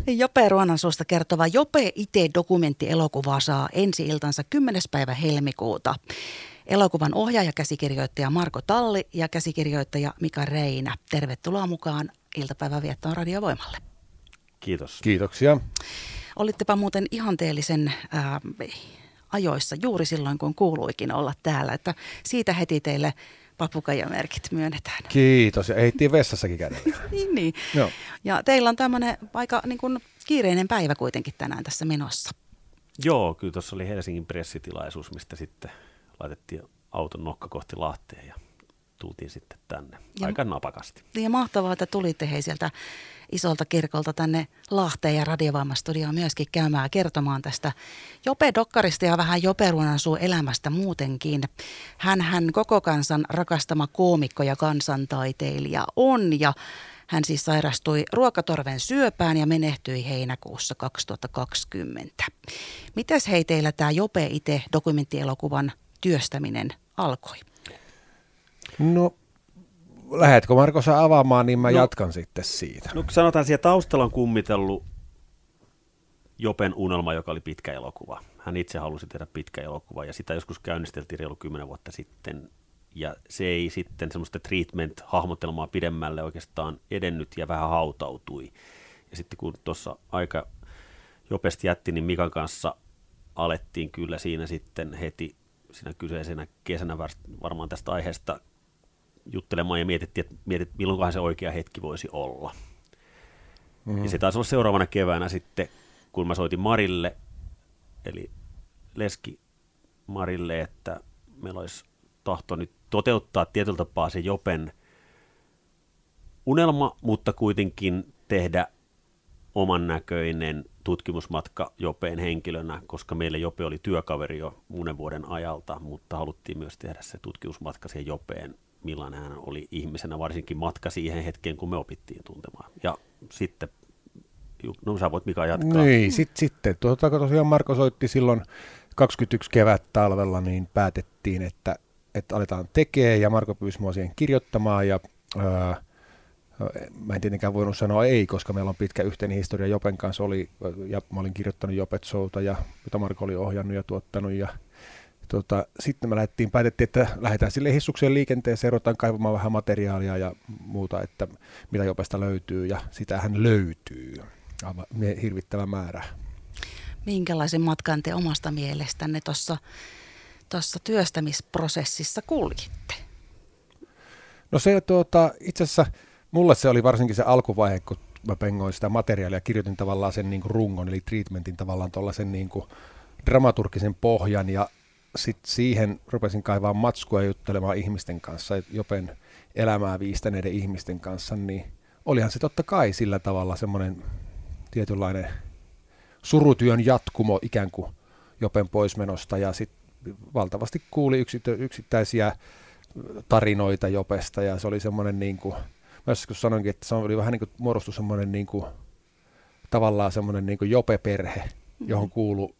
Jope Ruonansuusta kertova Jope Ite-dokumenttielokuva saa ensi-iltansa 10. päivä helmikuuta. Elokuvan ohjaaja, käsikirjoittaja Marko Talli ja käsikirjoittaja Mika Reinä. Tervetuloa mukaan iltapäivän viettoon Radio Voimalle. Kiitos. Kiitoksia. Olittepa muuten ihanteellisen ajoissa juuri silloin, kun kuuluikin olla täällä. Että siitä heti teille papukaijamerkit myönnetään. Kiitos. Ja ehdittiin vessassakin käydä. niin. Joo. Ja teillä on tämmöinen aika niin kuin kiireinen päivä kuitenkin tänään tässä menossa. Joo, kyllä tuossa oli Helsingin pressitilaisuus, mistä sitten laitettiin auton nokka kohti Lahteen ja tultiin sitten tänne aika napakasti. Ja mahtavaa, että tulitte sieltä isolta kirkolta tänne Lahteen ja Radio Voima-studioon myöskin käymään kertomaan tästä Jope-dokkarista ja vähän Jope Ruonansuun elämästä muutenkin. Hän koko kansan rakastama koomikko ja kansantaiteilija on ja hän siis sairastui ruokatorven syöpään ja menehtyi heinäkuussa 2020. Mitäs teillä tämä Jope Ite dokumenttielokuvan työstäminen alkoi? No, lähdetkö Marko sä avaamaan, niin mä jatkan sitten siitä. No sanotaan, siellä taustalla on kummitellut Jopen unelma, joka oli pitkä elokuva. Hän itse halusi tehdä pitkä elokuva ja sitä joskus käynnisteltiin reilu 10 vuotta sitten. Ja se ei sitten semmoista treatment-hahmotelmaa pidemmälle oikeastaan edennyt ja vähän hautautui. Ja sitten kun tuossa aika Jopesti jätti, niin Mikan kanssa alettiin kyllä siinä sitten heti siinä kyseisenä kesänä varmaan tästä aiheesta juttelemaan ja mietittiin, että milloinkohan se oikea hetki voisi olla. Ja se taisi olla seuraavana keväänä sitten, kun mä soitin Marille, eli leski Marille, että meillä olisi tahto nyt toteuttaa tietyllä tapaa se Jopen unelma, mutta kuitenkin tehdä oman näköinen tutkimusmatka Jopeen henkilönä, koska meille Jope oli työkaveri jo monen vuoden ajalta, mutta haluttiin myös tehdä se tutkimusmatka siihen Jopeen, millainen hän oli ihmisenä, varsinkin matka siihen hetkeen, kun me opittiin tuntemaan. Ja sitten, no sä voit Mika jatkaa. Niin, sitten tosiaan Marko soitti silloin 21 kevät-talvella, niin päätettiin, että aletaan tekemään, ja Marko pyysi mua siihen kirjoittamaan, ja mä en tietenkään voinut sanoa ei, koska meillä on pitkä yhteinen historia Jopen kanssa, ja mä olin kirjoittanut Jopet-showta, jota Marko oli ohjannut ja tuottanut, ja sitten me päätettiin, että lähdetään sille hissukseen liikenteeseen, ruvetaan kaivamaan vähän materiaalia ja muuta, että mitä Jopesta löytyy, ja sitähän löytyy, hirvittävä määrä. Minkälaisen matkan te omasta mielestänne tuossa työstämisprosessissa kuljitte? No se itse asiassa mulle se oli varsinkin se alkuvaihe, kun mä pengoin sitä materiaalia ja kirjoitin tavallaan sen niin kuin rungon, eli treatmentin tavallaan tuollaisen niin kuin dramaturgisen pohjan, ja sitten siihen rupesin kaivaa matskua ja juttelemaan ihmisten kanssa, Jopen elämää viistäneiden ihmisten kanssa, niin olihan se totta kai sillä tavalla semmoinen tietynlainen surutyön jatkumo ikään kuin Jopen poismenosta, ja sitten valtavasti kuuli yksittäisiä tarinoita Jopesta, ja se oli semmoinen, niin kuin, mä joskus sanoinkin, että se oli vähän niin kuin muodostui semmoinen niin kuin, tavallaan semmoinen niin kuin Jope-perhe, johon kuului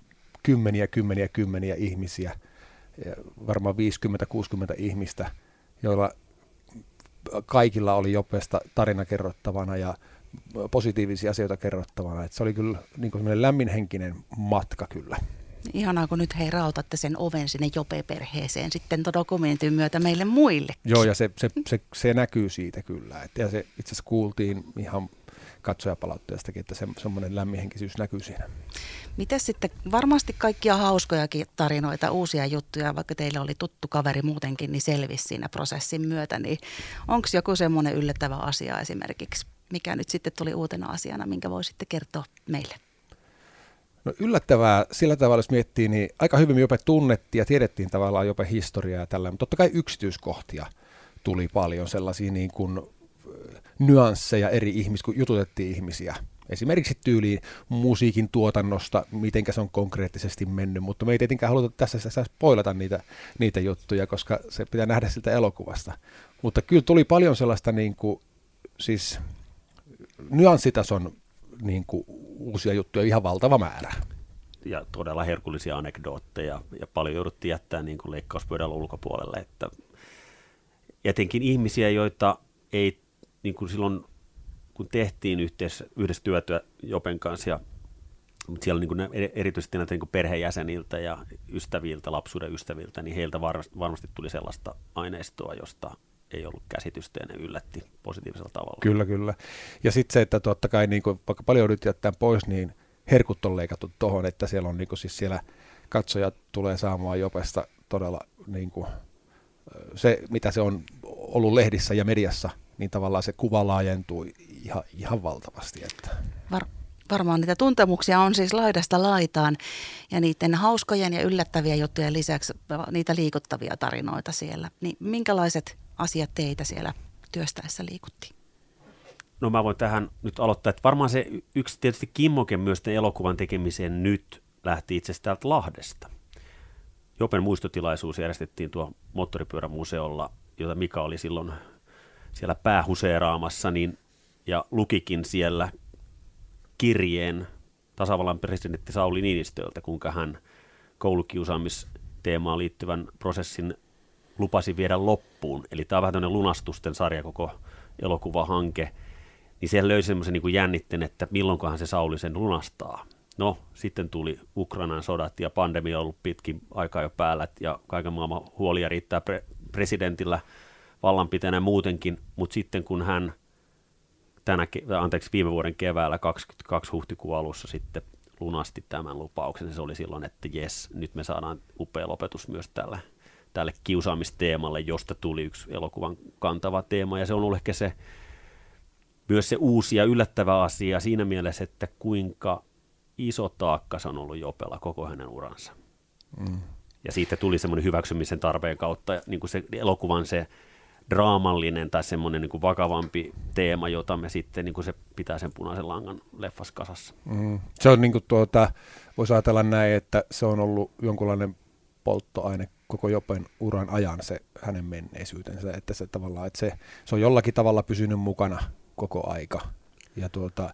kymmeniä ihmisiä, varmaan 50-60 ihmistä, joilla kaikilla oli Jopesta tarina kerrottavana ja positiivisia asioita kerrottavana. Et se oli kyllä niin kuin semmoinen lämminhenkinen matka kyllä. Ihanaa, kun nyt rautatte sen oven sinne Jope-perheeseen sitten dokumentin myötä meille muille. Joo, ja se näkyy siitä kyllä. Ja se itse asiassa kuultiin ihan katsojapalautteestakin, että semmoinen lämminhenkisyys näkyy siinä. Mites sitten, varmasti kaikkia hauskojakin tarinoita, uusia juttuja, vaikka teillä oli tuttu kaveri muutenkin, niin selvisi siinä prosessin myötä, niin onko joku semmoinen yllättävä asia esimerkiksi, mikä nyt sitten tuli uutena asiana, minkä voisitte kertoa meille? No yllättävää sillä tavalla, jos miettii, niin aika hyvin Jope tunnettiin ja tiedettiin tavallaan Jope historiaa ja tällä, mutta totta kai yksityiskohtia tuli paljon, sellaisia niin kuin nyansseja kun jututettiin ihmisiä. Esimerkiksi tyyliin musiikin tuotannosta, mitenkä se on konkreettisesti mennyt, mutta me ei tietenkään haluta tässä spoilata niitä juttuja, koska se pitää nähdä siltä elokuvasta. Mutta kyllä tuli paljon sellaista niin kuin, siis nyanssitason niin kuin uusia juttuja, ihan valtava määrä. Ja todella herkullisia anekdootteja, ja paljon jouduttiin jättää niin kuin leikkauspöydällä ulkopuolelle, että etenkin ihmisiä, joita ei niin kuin silloin, kun tehtiin yhdessä työtä Jopen kanssa, mutta siellä niin erityisesti näitä niin perheenjäseniltä ja ystäviltä, lapsuuden ystäviltä, niin heiltä varmasti tuli sellaista aineistoa, josta ei ollut käsitystä ja ne yllätti positiivisella tavalla. Kyllä. Ja sitten se, että totta kai niin kuin, vaikka paljon nyt jättää pois, niin herkut on leikattu tuohon, että siellä on niin kuin, siis siellä katsojat tulee saamaan Jopesta todella niin kuin, se, mitä se on ollut lehdissä ja mediassa, niin tavallaan se kuva laajentuu ihan valtavasti. Että. Varmaan niitä tuntemuksia on siis laidasta laitaan ja niiden hauskojen ja yllättäviä juttujen lisäksi niitä liikuttavia tarinoita siellä. Niin minkälaiset asiat teitä siellä työstäessä liikutti? No mä voin tähän nyt aloittaa, että varmaan se yksi tietysti kimmoke myös elokuvan tekemiseen nyt lähti itse asiassa täältä Lahdesta. Jopen muistotilaisuus järjestettiin tuo Moottoripyörämuseolla, jota Mika oli silloin siellä päähuseeraamassa, niin, ja lukikin siellä kirjeen tasavallan presidentti Sauli Niinistöltä, kuinka hän koulukiusaamisteemaan liittyvän prosessin lupasi viedä loppuun. Eli tämä on vähän tämmöinen lunastusten sarja, koko elokuvahanke. Niin siellä löysi semmoisen niin kuin jännitteen, että milloinkohan se Sauli sen lunastaa. No, sitten tuli Ukrainan sodat ja pandemia on ollut pitkin aikaa jo päällä, ja kaiken maailman huolia riittää presidentillä vallanpitäjänä muutenkin, mutta sitten kun hän viime vuoden keväällä 22 huhtikuun alussa sitten lunasti tämän lupauksen, niin se oli silloin, että jes, nyt me saadaan upea lopetus myös tälle kiusaamisteemalle, josta tuli yksi elokuvan kantava teema, ja se on ollut ehkä myös se uusi ja yllättävä asia siinä mielessä, että kuinka iso taakka se on ollut Jopella koko hänen uransa. Ja siitä tuli semmoinen hyväksymisen tarpeen kautta, niin kuin se elokuvan se draamallinen tai semmoinen niin kuin vakavampi teema, jota me sitten, niin kuin se pitää sen punaisen langan leffas kasassa. Se on niin kuin voisi ajatella näin, että se on ollut jonkunlainen polttoaine koko Jopen uran ajan se hänen menneisyytensä, että se tavallaan, että se on jollakin tavalla pysynyt mukana koko aika. Ja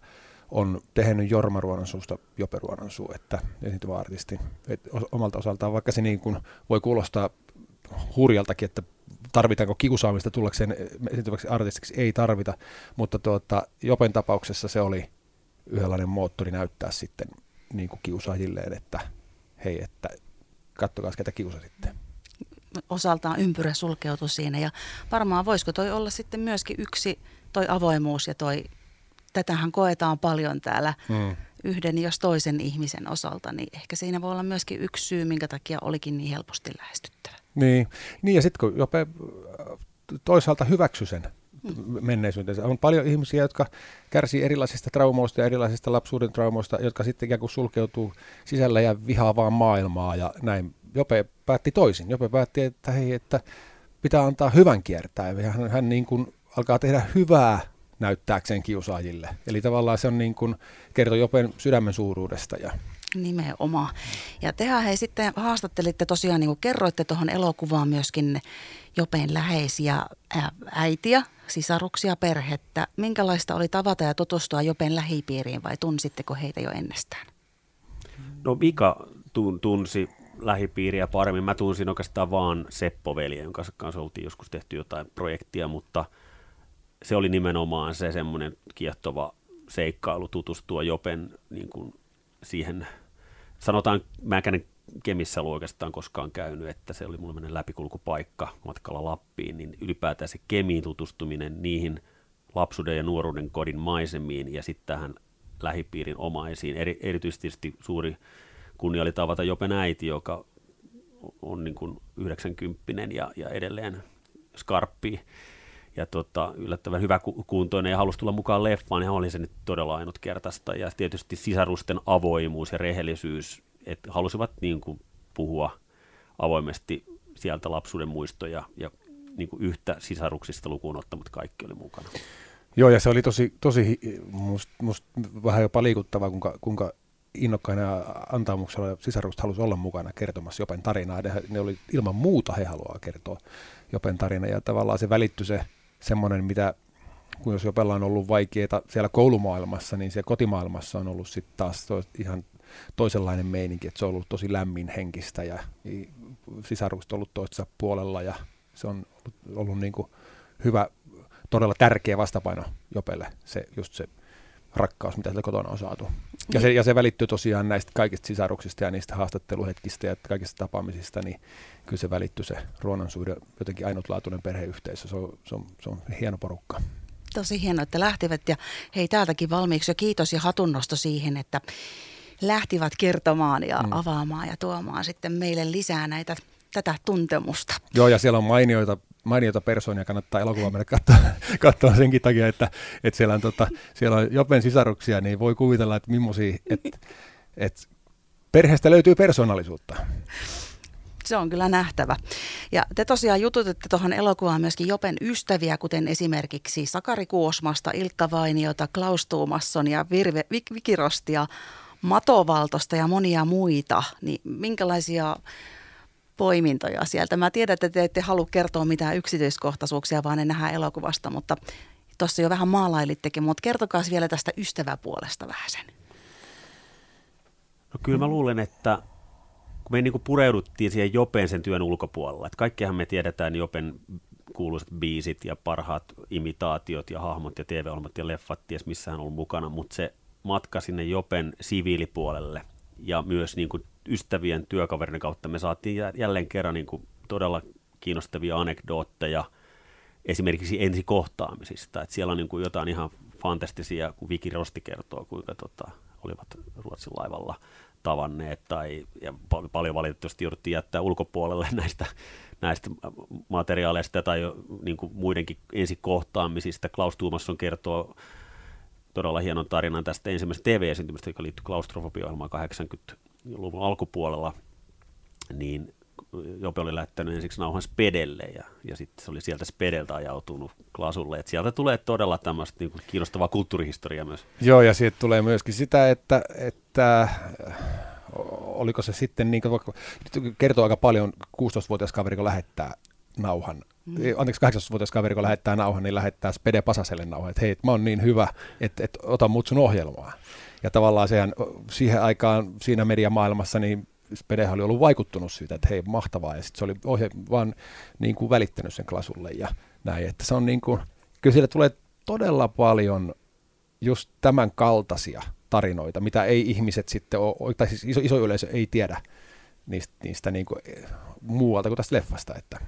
on tehnyt Jorma Ruonansuusta Jope Ruonansuu, että esiintyvä artisti. Omalta osaltaan, vaikka se niin kuin voi kuulostaa hurjaltakin, että tarvitaanko kiusaamista tullakseen esiintyväksi artistiksi, ei tarvita, mutta Jopen tapauksessa se oli yhdenlainen moottori näyttää sitten niin kuin kiusaajilleen, että hei, että kattokaa ketä kiusasitte. Osaltaan ympyrä sulkeutui siinä ja varmaan voisiko toi olla sitten myöskin yksi toi avoimuus ja tätähän koetaan paljon täällä yhden jos toisen ihmisen osalta, niin ehkä siinä voi olla myöskin yksi syy, minkä takia olikin niin helposti lähestyttävä. Niin ja sitten kun Jope toisaalta hyväksy sen menneisyytensä. On paljon ihmisiä, jotka kärsii erilaisista traumoista ja erilaisista lapsuuden traumoista, jotka sitten ikään kuin sulkeutuu sisällä ja vihaa vaan maailmaa ja näin. Jope päätti toisin. Jope päätti, että hei, että pitää antaa hyvän kiertää. Ja hän niin kuin alkaa tehdä hyvää näyttääkseen kiusaajille. Eli tavallaan se on niin kuin kertoo Jopen sydämen suuruudesta. Nimenomaan. Ja tehän hei sitten haastattelitte tosiaan, niin kuin kerroitte tuohon elokuvaan myöskin Jopen läheisiä äitiä, sisaruksia, perhettä. Minkälaista oli tavata ja tutustua Jopen lähipiiriin vai tunsitteko heitä jo ennestään? No Mika tunsi lähipiiriä paremmin. Mä tunsin oikeastaan vaan Seppo-veljen, jonka kanssa oltiin joskus tehty jotain projektia, mutta se oli nimenomaan se semmoinen kiehtova seikkailu tutustua Jopen niin kuin siihen, sanotaan, mä en Kemissä ollut oikeastaan koskaan käynyt, että se oli mulle mennä läpikulkupaikka matkalla Lappiin, niin ylipäätään se Kemiin tutustuminen niihin lapsuuden ja nuoruuden kodin maisemiin ja sitten tähän lähipiirin omaisiin. Erityisesti suuri kunnia oli tavata Jopen äiti, joka on niin kuin 90 ja edelleen skarppi ja yllättävän hyväkuntoinen ja halusi tulla mukaan leffaan, niin oli se nyt todella ainutkertaista. Ja tietysti sisarusten avoimuus ja rehellisyys, että halusivat niin kuin puhua avoimesti sieltä lapsuuden muistoja ja niin kuin yhtä sisaruksista lukuun ottamatta kaikki oli mukana. Joo, ja se oli tosi musta vähän jopa liikuttavaa, kuinka innokkaina ja antaumuksella sisarukset halusi olla mukana kertomassa Jopen tarinaa. Ne oli ilman muuta, he haluaa kertoa Jopen tarina ja tavallaan se välittyi se semmoinen, mitä kun jos Jopella on ollut vaikeaa siellä koulumaailmassa, niin siellä kotimaailmassa on ollut sitten taas ihan toisenlainen meininki, että se on ollut tosi lämmin henkistä ja sisarukset on ollut toistensa puolella ja se on ollut niin kuin hyvä todella tärkeä vastapaino Jopelle, just se rakkaus, mitä sieltä kotona on saatu. Ja se välittyy tosiaan näistä kaikista sisaruksista ja niistä haastatteluhetkistä ja kaikista tapaamisista, niin kyllä se välittyy se Ruonansuuden jotenkin ainutlaatuinen perheyhteisö. Se on hieno porukka. Tosi hienoa, että lähtivät ja hei täältäkin valmiiksi jo kiitos ja hatunnosto siihen, että lähtivät kertomaan ja avaamaan ja tuomaan sitten meille lisää tätä tuntemusta. Joo, ja siellä on mainioita persoonia, kannattaa elokuvaa mennä katsoa senkin takia, että siellä on Jopen sisaruksia, niin voi kuvitella, että millaisia, että perheestä löytyy persoonallisuutta. Se on kyllä nähtävä. Ja te tosiaan jututitte tuohon elokuvaan myöskin Jopen ystäviä, kuten esimerkiksi Sakari Kuosmasta, Ilkka Vainiota, Klaus Tuumassonia, Virve Vikirostia, Mato Valtosta ja monia muita. Niin minkälaisia poimintoja sieltä? Mä tiedän, että te ette halua kertoa mitään yksityiskohtaisuuksia, vaan ne nähdään elokuvasta, mutta tuossa jo vähän maalailittekin, mutta kertokaa vielä tästä ystäväpuolesta vähän sen. No kyllä mä luulen, että kun me niin kuin pureuduttiin siihen Jopen sen työn ulkopuolella, että kaikkihan me tiedetään Jopen kuuluisat biisit ja parhaat imitaatiot ja hahmot ja TV-ohjelmat ja leffat, ties missä hän on ollut mukana, mutta se matka sinne Jopen siviilipuolelle ja myös niin kuin ystävien työkaverinen kautta me saatiin jälleen kerran niin kuin todella kiinnostavia anekdootteja esimerkiksi ensikohtaamisista, että siellä on niin kuin jotain ihan fantastisia, kun Viki Rosti kertoo, kuinka olivat Ruotsin laivalla tavanneet ja paljon valitettavasti jouduttiin jättää ulkopuolelle näistä materiaaleista tai niin kuin muidenkin ensikohtaamisista. Klaus Tuumasson kertoo todella hienon tarinan tästä ensimmäisestä TV-esiintymästä, joka liittyy klaustrofobia-ohjelmaan 80-luvun alkupuolella, niin Jope oli lähettänyt ensiksi nauhan Spedelle ja sitten se oli sieltä Spedeltä ajautunut Klasulle. Et sieltä tulee todella tämmöistä niin kuin kiinnostavaa kulttuurihistoriaa myös. Joo, ja siitä tulee myöskin sitä, että oliko se sitten, niin kuin, kertoo aika paljon 16-vuotias kaveri, kun lähettää nauhan. Anteeksi, 18-vuotias kaveri, kun lähettää nauhan, niin lähettää Spede Pasaselle nauhan, että hei, mä oon niin hyvä, että ota mut sun ohjelmaa. Ja tavallaan siihen aikaan siinä mediamaailmassa, niin Spedehän oli ollut vaikuttunut siitä, että hei, mahtavaa, ja sitten se oli vaan niin kuin välittänyt sen Klasulle ja näin, että se on niin kuin, kyllä siellä tulee todella paljon just tämän kaltaisia tarinoita, mitä ei ihmiset sitten ole, tai siis iso yleisö ei tiedä niistä niin kuin muualta kuin tästä leffasta, että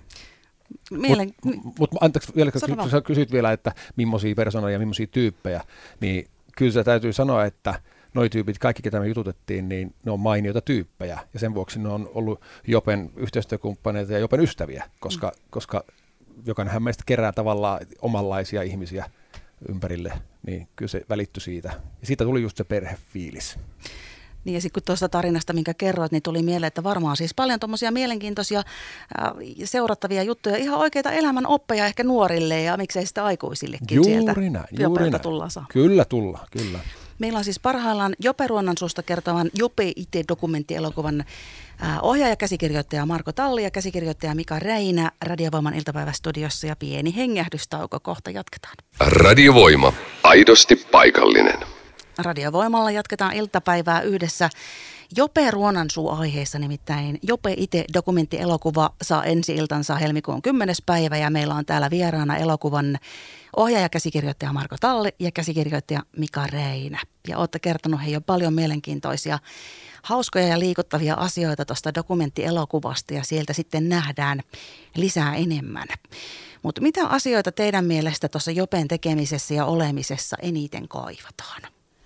Mutta anteeksi vielä, kun sä kysyt vielä, että millaisia persoonia ja millaisia tyyppejä, niin kyllä se täytyy sanoa, että noi tyypit, kaikki ketä me jututettiin, niin ne on mainioita tyyppejä, ja sen vuoksi ne on ollut Jopen yhteistyökumppaneita ja Jopen ystäviä, koska jokainenhan meistä kerää tavallaan omanlaisia ihmisiä ympärille, niin kyllä se välittyi siitä. Ja siitä tuli just se perhefiilis. Niin ja sitten kun tuosta tarinasta, minkä kerroit, niin tuli mieleen, että varmaan siis paljon tuommoisia mielenkiintoisia seurattavia juttuja, ihan oikeita elämän oppeja ehkä nuorille ja miksei sitä aikuisillekin sieltä. Juuri näin. Tullaan saa. Kyllä tullaan, kyllä. Meillä on siis parhaillaan Jope Ruonansuusta kertovan Jope IT-dokumenttielokuvan ohjaaja, käsikirjoittaja Marko Talli ja käsikirjoittaja Mika Räinä Radiovoiman iltapäivästudiossa ja pieni hengähdystauko. Kohta jatketaan. Radiovoima. Aidosti paikallinen. Radiovoimalla jatketaan iltapäivää yhdessä Jope Ruonansuu-aiheessa, nimittäin Jope IT-dokumenttielokuva saa ensi-iltansa helmikuun 10. päivä ja meillä on täällä vieraana elokuvan ohjaaja, käsikirjoittaja Marko Talli ja käsikirjoittaja Mika Räinä. Ja olette kertonut jo paljon mielenkiintoisia, hauskoja ja liikuttavia asioita tuosta dokumenttielokuvasta ja sieltä sitten nähdään lisää enemmän. Mutta mitä asioita teidän mielestä tuossa Jopen tekemisessä ja olemisessa eniten kaivataan?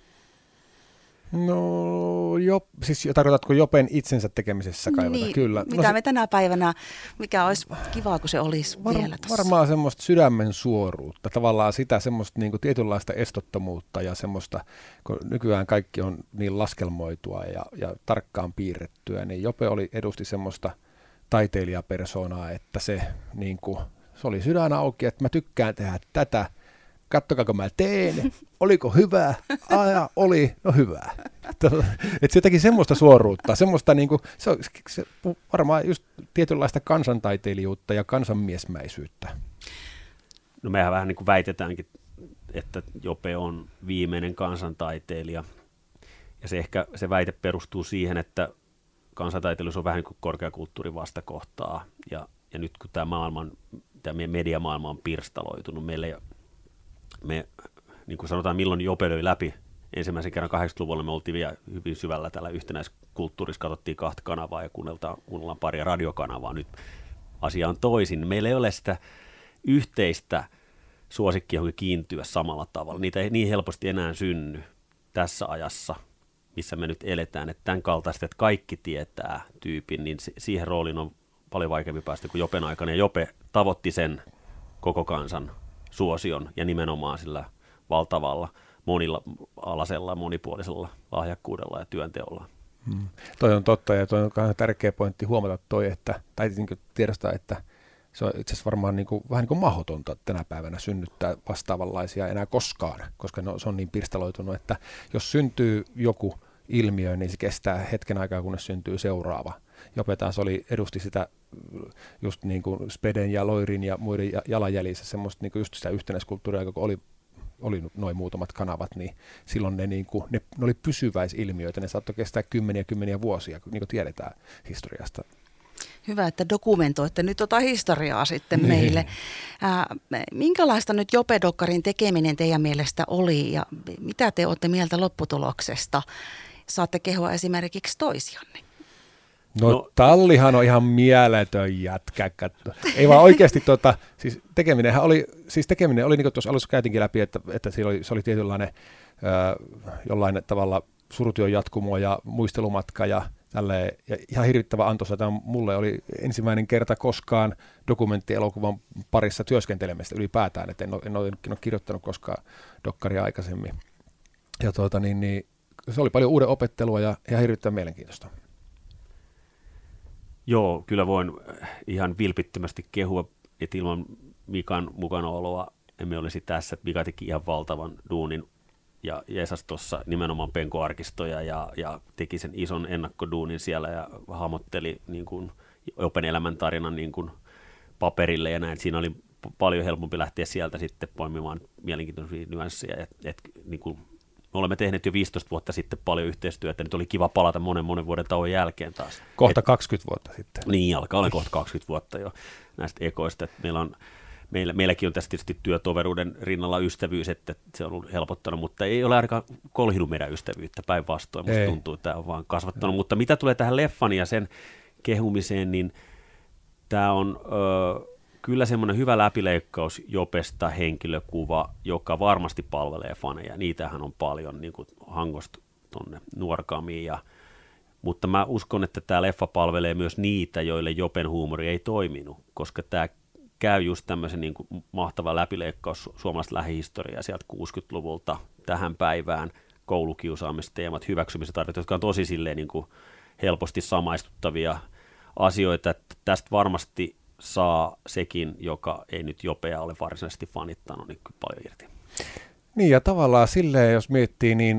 No, siis tarkoitatko Jopen itsensä tekemisessä kaivata? Niin, kyllä. Mitä me tänä päivänä, mikä olisi kivaa, kun se olisi vielä tuossa? Varmaan semmoista sydämen suoruutta, tavallaan sitä semmoista niin kuin tietynlaista estottomuutta ja semmoista, kun nykyään kaikki on niin laskelmoitua ja tarkkaan piirrettyä, niin Jope edusti semmoista taiteilijapersoonaa, että se oli sydän auki, että mä tykkään tehdä tätä. Kattokaa, kun mä teen. Oliko hyvä? Oli. No hyvä. Että se teki semmoista suoruutta, semmoista se varmaan just tietynlaista kansantaiteilijuutta ja kansanmiesmäisyyttä. No mehän vähän niin kuin väitetäänkin, että Jope on viimeinen kansantaiteilija. Ja se väite perustuu siihen, että kansantaiteilijuus on vähän niin kuin korkeakulttuurin vastakohtaa. Ja nyt kun tämä meidän mediamaailma on pirstaloitunut, meillä ei me, niin kuin sanotaan, milloin Jope löi läpi ensimmäisen kerran 80-luvulla, me oltiin vielä hyvin syvällä tällä yhtenäiskulttuurissa, katsottiin 2 kanavaa ja kuunnellaan paria radiokanavaa. Nyt asia on toisin. Meillä ei ole sitä yhteistä suosikkia, johon kiintyä samalla tavalla. Niitä ei niin helposti enää synny tässä ajassa, missä me nyt eletään, että tämän kaltaista, että kaikki tietää tyypin, niin siihen rooliin on paljon vaikeampi päästä kuin Jopen aikana. Ja Jope tavoitti sen koko kansan suosion ja nimenomaan sillä valtavalla, monialaisella, monipuolisella lahjakkuudella ja työnteolla. Toi on totta ja toi on tärkeä pointti huomata tai tiedostaa, että se on itse asiassa varmaan vähän niin kuin mahdotonta tänä päivänä synnyttää vastaavanlaisia enää koskaan, koska se on niin pirstaloitunut, että jos syntyy joku ilmiö, niin se kestää hetken aikaa, kunnes syntyy seuraava. Jope taas edusti sitä just niin kuin Speden ja Loirin ja muiden jalanjäljissä semmoista niin kuin just sitä yhtenäiskulttuuria, kun oli noin muutamat kanavat, niin silloin ne oli pysyväisilmiöitä, ne saattoi kestää kymmeniä vuosia, niin kuin tiedetään historiasta. Hyvä, että dokumentoitte nyt historiaa sitten meille. Minkälaista nyt Jope-dokkarin tekeminen teidän mielestä oli ja mitä te olette mieltä lopputuloksesta? Saatte kehua esimerkiksi toisianne. No Tallihan on ihan mieletön jätkä. Ei vaan oikeasti siis tekeminen oli niin kuin tuossa alussa käytinkin läpi, että se oli tietynlainen jollain tavalla surutyön jatkumo ja muistelumatka ja tälleen, ja ihan hirvittävä antoisa. Tämä mulle oli ensimmäinen kerta koskaan dokumenttielokuvan parissa työskentelemistä ylipäätään, että en ole kirjoittanut koskaan dokkaria aikaisemmin. Ja se oli paljon uuden opettelua ja ihan hirvittävän mielenkiintoista. Joo, kyllä voin ihan vilpittömästi kehua, että ilman Mikan mukanaoloa emme olisi tässä. Mika teki ihan valtavan duunin ja Jesas tuossa nimenomaan penkoarkistoja ja teki sen ison ennakkoduunin siellä ja hahmotteli niin kuin Jopen elämäntarinan niin kuin paperille ja näin. Siinä oli paljon helpompi lähteä sieltä sitten poimimaan mielenkiintoisia nyansseja. Niin kuin me olemme tehneet jo 15 vuotta sitten paljon yhteistyötä, nyt oli kiva palata monen vuoden tauon jälkeen taas. Kohta 20 vuotta sitten. Niin, alkaa olla kohta 20 vuotta jo näistä ekoista. Meilläkin on tässä tietysti työtoveruuden rinnalla ystävyys, että se on ollut helpottanut, mutta ei ole ainakaan kolhinut meidän ystävyyttä päinvastoin. Musta tuntuu, että tämä on vaan kasvattanut. Mutta mitä tulee tähän leffan ja sen kehumiseen, niin tämä on kyllä semmoinen hyvä läpileikkaus Jopesta henkilökuva, joka varmasti palvelee faneja. Niitähän on paljon niin kuin Hangosta tuonne Nuorgamiin. Mutta mä uskon, että tämä leffa palvelee myös niitä, joille Jopen huumori ei toiminut, koska tämä käy just tämmöisen niin kuin mahtava läpileikkaus suomalaista lähihistoriaa sieltä 60-luvulta tähän päivään, koulukiusaamisteemat, hyväksymistarpeet, jotka on tosi silleen niin kuin helposti samaistuttavia asioita, että tästä varmasti saa sekin, joka ei nyt Jopea ole varsinaisesti fanittanut, niin kyllä paljon irti. Niin ja tavallaan silleen, jos miettii, niin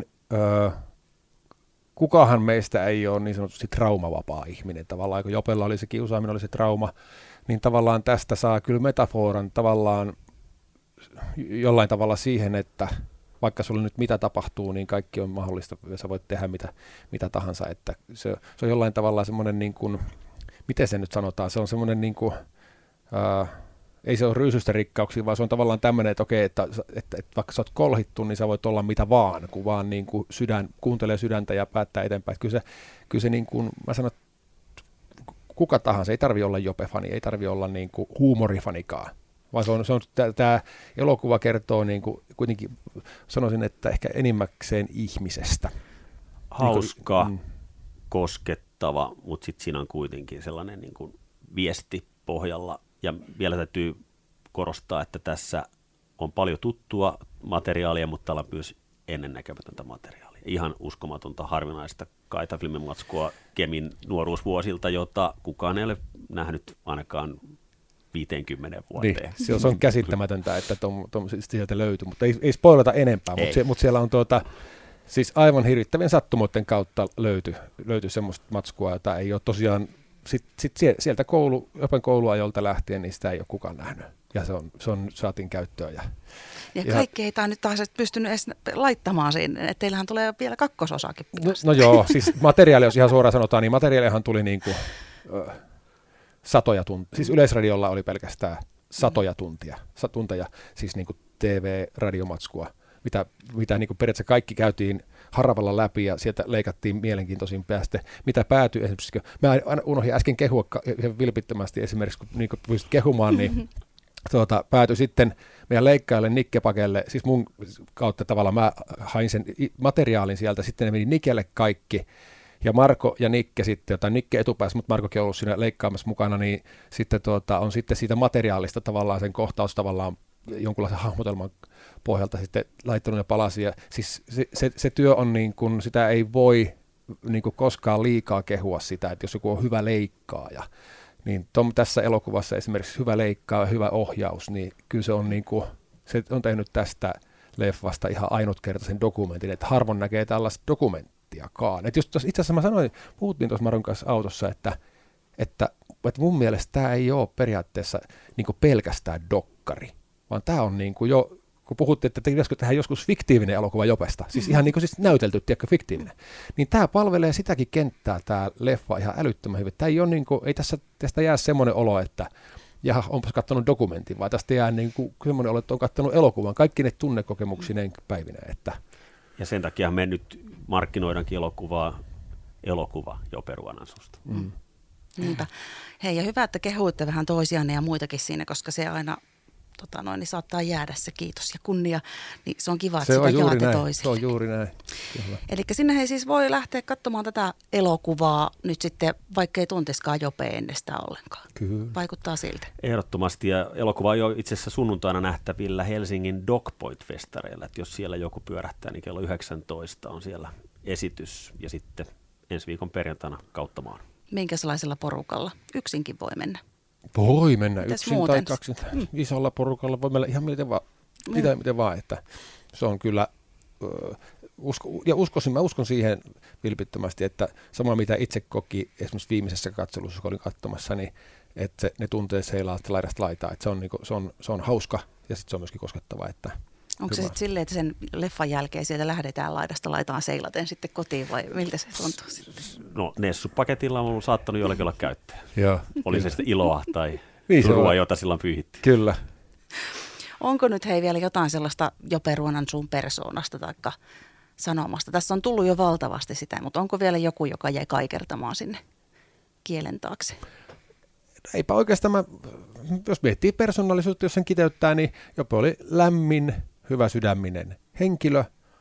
kukahan meistä ei ole niin sanotusti traumavapaa ihminen. Tavallaan kun Jopella oli se kiusaaminen, oli se trauma, niin tavallaan tästä saa kyllä metaforan tavallaan jollain tavalla siihen, että vaikka sulle nyt mitä tapahtuu, niin kaikki on mahdollista ja sä voit tehdä mitä tahansa. Että se on jollain tavalla semmoinen, niin kuin, miten se nyt sanotaan, se on semmoinen, niin kuin, ei se ole ryysystä rikkauksia, vaan se on tavallaan tämmöinen, että okei, että vaikka sä oot kolhittu, niin sä voit olla mitä vaan, kun vaan niin kuin kuuntelee sydäntä ja päättää eteenpäin. Kyllä se niin kuin, mä sanon, kuka tahansa, ei tarvitse olla Jope-fani, ei tarvitse olla niin kuin huumorifanikaan, vaan tämä elokuva kertoo niin kuin, kuitenkin sanoisin, että ehkä enimmäkseen ihmisestä. Hauska, koskettava, mutta sitten siinä on kuitenkin sellainen niin kuin viesti pohjalla. Ja vielä täytyy korostaa, että tässä on paljon tuttua materiaalia, mutta täällä on myös ennennäkemätöntä materiaalia. Ihan uskomatonta, harvinaista kaitafilmimatskua Kemin nuoruusvuosilta, jota kukaan ei ole nähnyt ainakaan 50 vuoteen. Niin, se on käsittämätöntä, että sieltä löytyy, mutta ei spoilata enempää, mutta siellä on siis aivan hirvittävien sattumoiden kautta löytyi semmoista matskua, jota ei ole tosiaan, sieltä Jopen kouluajolta lähtien, niin sitä ei ole kukaan nähnyt. Ja se saatiin käyttöön. Ja kaikki ei tämä nyt taas pystynyt edes laittamaan siinä, että teillähän tulee vielä kakkososakin. No joo, siis materiaali, jos ihan suoraan sanotaan, niin materiaalihan tuli niin kuin satoja tunteja. Siis Yleisradiolla oli pelkästään satoja tunteja, siis niin kuin TV-radiomatskua, mitä niin kuin periaatteessa kaikki käytiin haravalla läpi ja sieltä leikattiin mielenkiintoisin päästä, mitä päätyi esimerkiksi. Mä unohdin äsken kehua vilpittömästi esimerkiksi, kun niin pystyt kehumaan, niin päätyi sitten meidän leikkaajalle Nikke Pakelle, siis mun kautta tavallaan mä hain sen materiaalin sieltä, sitten ne meni Nikelle kaikki, ja Marko ja Nikke sitten, jota Nikke etupäässä, mutta Markokin on ollut siinä leikkaamassa mukana, niin sitten on sitten siitä materiaalista tavallaan sen kohtaus tavallaan jonkunlaisen hahmotelman pohjalta sitten laittanut ne palasia. Siis se työ on niin kuin, sitä ei voi niin kuin koskaan liikaa kehua sitä, että jos joku on hyvä leikkaaja, niin tässä elokuvassa esimerkiksi hyvä leikkaa ja hyvä ohjaus, niin kyllä se on, niin kuin, se on tehnyt tästä leffasta ihan ainutkertaisen dokumentin, että harvoin näkee tällaista dokumenttiakaan. Että just itse asiassa puhuttiin tuossa Maron kanssa autossa, että mun mielestä tämä ei ole periaatteessa niin kuin pelkästään dokkari, vaan tämä on niin kuin jo, kun puhuttiin, että pitäisikö tehdä joskus fiktiivinen elokuva Jopesta, siis ihan niin kuin siis näytelty, tiedätkö, fiktiivinen, niin tämä palvelee sitäkin kenttää, tämä leffa ihan älyttömän hyvin. Tämä ei ole niin kuin, ei tästä jää semmoinen olo, että jaha, onpas katsonut dokumentin, vaan tästä jää niin kuin semmoinen olo, että on katsonut elokuvan, kaikki ne tunnekokemuksineen päivinä. Että. Ja sen takia me nyt markkinoidaankin elokuva Jope Ruonansuusta. Niinpä. Hei, ja hyvä, että kehuitte vähän toisianne ja muitakin siinä, koska se aina niin saattaa jäädä se kiitos ja kunnia, niin se on kiva, että sitä jaatte toisille. Se on juuri näin. Eli sinne hei siis voi lähteä katsomaan tätä elokuvaa nyt sitten, vaikka ei tuntiskaan Jope ennestään ollenkaan. Kyllä. Vaikuttaa siltä. Ehdottomasti, ja elokuva on jo itse asiassa sunnuntaina nähtävillä Helsingin Dogpoint-festareilla, että jos siellä joku pyörähtää, niin kello 19 on siellä esitys, ja sitten ensi viikon perjantaina kautta maan. Minkälaisella porukalla? Yksinkin voi mennä. Voi mennä yksin muuten? Tai kaksin. Isolla porukalla voi mennä ihan miten vaan, että se on kyllä, mä uskon siihen vilpittömästi, että sama mitä itse koki esimerkiksi viimeisessä katselussa, kun olin katsomassa, niin että ne tuntee seilaa laidasta laitaa, että se on hauska ja sitten se on myöskin koskettava. Että onko se sitten silleen, että sen leffan jälkeen sieltä lähdetään laidasta laitaan seilaten sitten kotiin vai miltä se tuntuu sitten? No Nessupaketilla on saattanut jollakin olla käyttöä. Joo. Oli se sitten iloa tai niin surua, jota silloin pyyhittiin. Kyllä. Onko nyt hei vielä jotain sellaista Jope Ruonansuun persoonasta tai sanomasta? Tässä on tullut jo valtavasti sitä, mutta onko vielä joku, joka jäi kaikertamaan sinne kielen taakse? Eipä oikeastaan, jos miettii persoonallisuutta, jos sen kiteyttää, niin Jope oli lämmin, hyvä sydäminen henkilö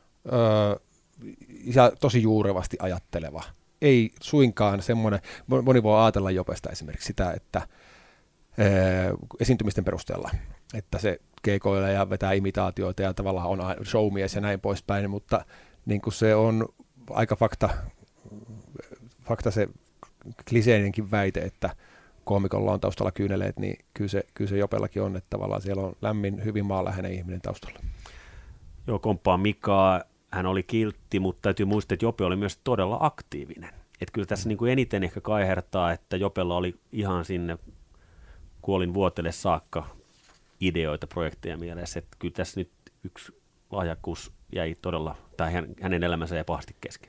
ja tosi juurevasti ajatteleva. Ei suinkaan semmoinen, moni voi ajatella Jopesta esimerkiksi sitä, että esiintymisten perusteella, että se keikoilee ja vetää imitaatioita ja tavallaan on showmies ja näin poispäin, mutta niin kuin se on aika fakta se kliseinenkin väite, että koomikolla on taustalla kyyneleet, niin kyllä se Jopellakin on, että tavallaan siellä on lämmin, hyvin maanläheinen ihminen taustalla. Joo, komppaan Mikaa. Hän oli kiltti, mutta täytyy muistaa, että Jope oli myös todella aktiivinen. Että kyllä tässä niin kuin eniten ehkä kaihertaa, että Jopella oli ihan sinne kuolin vuotelle saakka ideoita, projekteja mielessä. Että kyllä tässä nyt yksi lahjakkuus jäi todella, tai hänen elämänsä jäi pahasti kesken.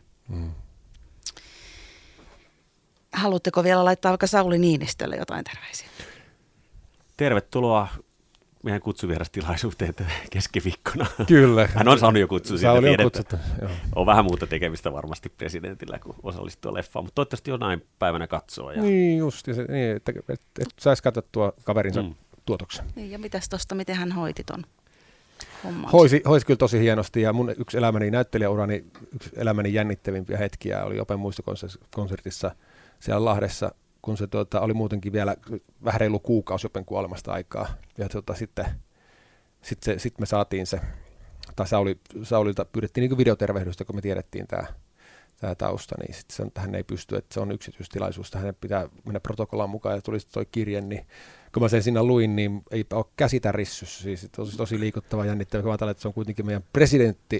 Haluatteko vielä laittaa vaikka Sauli Niinistölle jotain terveisiä? Tervetuloa meidän kutsuvierastilaisuuteen keskiviikkona. Kyllä. Hän on saanut jo kutsu siitä, tiedettä. On vähän muuta tekemistä varmasti presidentillä, kun osallistuu leffaan, mutta toivottavasti jonain päivänä katsoo. Ja. Niin just, niin, että saisi katsottua kaverinsa tuotoksen. Niin, ja mitäs tuosta, miten hän hoiti ton homman? Hoisi kyllä tosi hienosti, ja mun yksi näyttelijäurani, yksi elämäni jännittävimpiä hetkiä oli Jopen muistokonsertissa siellä Lahdessa, kun se oli muutenkin vielä vähän reilu kuukausi Jopen kuolemasta aikaa. Ja sitten me saatiin se, tai Saulilta pyydettiin niin videotervehdystä, kun me tiedettiin tämä tausta, niin sitten sanoi, että hän ei pysty, että se on yksityistilaisuus, hänen pitää mennä protokollaan mukaan, ja tuli toi kirje, niin kun mä sen siinä luin, niin eipä ole käsitä rissyssä, siis tosi liikuttava ja jännittävä, kun ajatellaan, että se on kuitenkin meidän presidentti,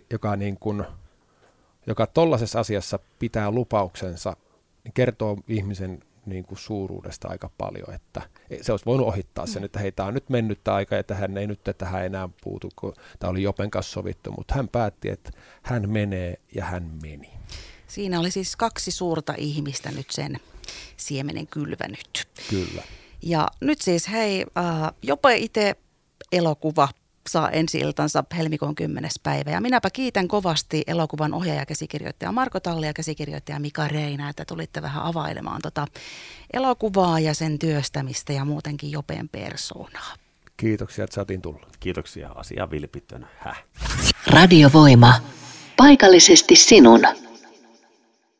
joka tollaisessa asiassa pitää lupauksensa, niin kertoo ihmisen niin kuin suuruudesta aika paljon, että se olisi voinut ohittaa sen, että hei, tämä on nyt mennyttä aika ja tähän ei nyt tähän enää puutu, kun tämä oli Jopen kanssa sovittu, mutta hän päätti, että hän menee ja hän meni. Siinä oli siis 2 suurta ihmistä nyt sen siemenen kylvänyt. Kyllä. Ja nyt siis hei, Jope itse elokuva saa ensi-iltansa helmikuun 10. päivä. Ja minäpä kiitän kovasti elokuvan ohjaaja ja käsikirjoittaja Marko Talli ja käsikirjoittaja Mika Reinä, että tulitte vähän availemaan elokuvaa ja sen työstämistä ja muutenkin Jopen persoonaa. Kiitoksia, että saatiin tulla. Kiitoksia, asia vilpitön. Radiovoima. Paikallisesti sinun.